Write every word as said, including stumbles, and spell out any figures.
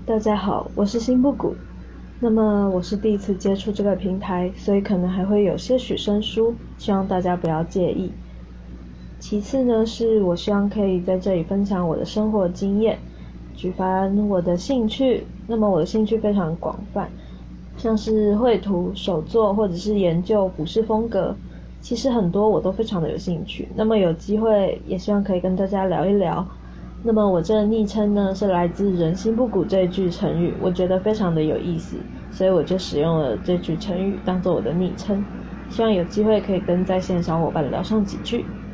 大家好，我是新布谷。那么我是第一次接触这个平台，所以可能还会有些许生疏，希望大家不要介意。其次呢，是我希望可以在这里分享我的生活经验，举凡我的兴趣。那么我的兴趣非常广泛，像是绘图、手作或者是研究服饰风格，其实很多我都非常的有兴趣。那么有机会也希望可以跟大家聊一聊。那么我这个昵称呢，是来自人心不古这一句成语，我觉得非常的有意思，所以我就使用了这句成语当做我的昵称，希望有机会可以跟在线小伙伴聊上几句。